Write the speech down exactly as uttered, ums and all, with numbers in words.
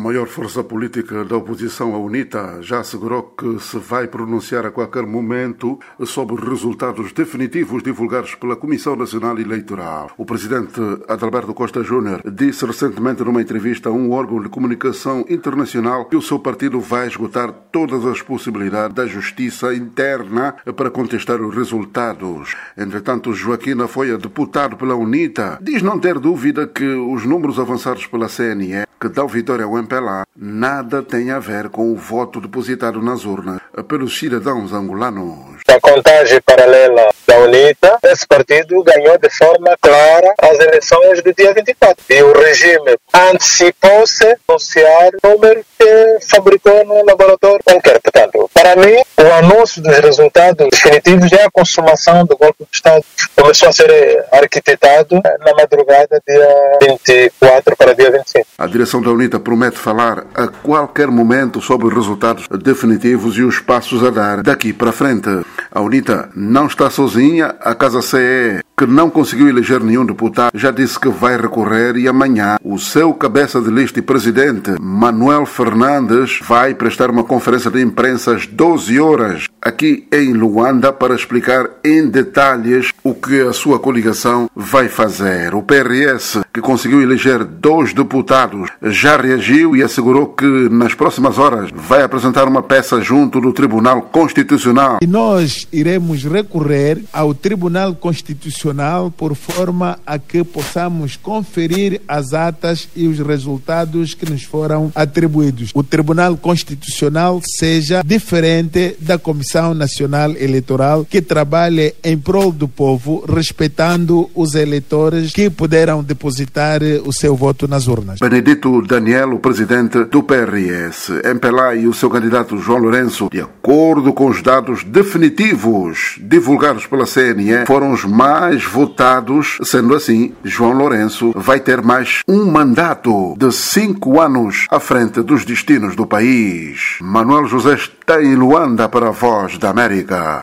maior força política da oposição, a UNITA, já assegurou que se vai pronunciar a qualquer momento sobre os resultados definitivos divulgados pela Comissão Nacional Eleitoral. O presidente Adalberto Costa Júnior disse recentemente numa entrevista a um órgão de comunicação internacional que o seu partido vai esgotar todas as possibilidades da justiça interna para contestar os resultados. Entretanto, Joaquim Afoia, deputado pela UNITA, diz não ter dúvida que os números avançados pela C N E, que dão vitória ao M P L A, nada tem a ver com o voto depositado nas urnas pelos cidadãos angolanos. A contagem paralela da UNITA, esse partido ganhou de forma clara as eleições do dia vinte e quatro. E o regime antecipou-se a anunciar o número que fabricou no laboratório qualquer. Portanto, para mim, o anúncio dos resultados definitivos é a consumação do golpe de Estado. Começou a ser arquitetado na madrugada dia vinte e quatro para dia vinte e cinco. A direção da UNITA promete falar a qualquer momento sobre os resultados definitivos e os passos a dar daqui para frente. A UNITA não está sozinha. A Casa C E, que não conseguiu eleger nenhum deputado, já disse que vai recorrer e amanhã o seu cabeça de lista e presidente, Manuel Fernandes, vai prestar uma conferência de imprensa às doze horas aqui em Luanda para explicar em detalhes o que a sua coligação vai fazer. O P R S, que conseguiu eleger dois deputados, já reagiu e assegurou que nas próximas horas vai apresentar uma peça junto do Tribunal Constitucional. E nós iremos recorrer ao Tribunal Constitucional por forma a que possamos conferir as atas e os resultados que nos foram atribuídos. O Tribunal Constitucional seja diferente da Comissão Nacional Eleitoral, que trabalhe em prol do povo, respeitando os eleitores que puderam depositar o seu voto nas urnas. Benedito Daniel, o presidente do P R S, M P L A e o seu candidato João Lourenço, de acordo com os dados definitivos divulgados pela C N E, foram os mais votados. Sendo assim, João Lourenço vai ter mais um mandato de cinco anos à frente dos destinos do país. Manuel José está em Luanda para a Voz da América.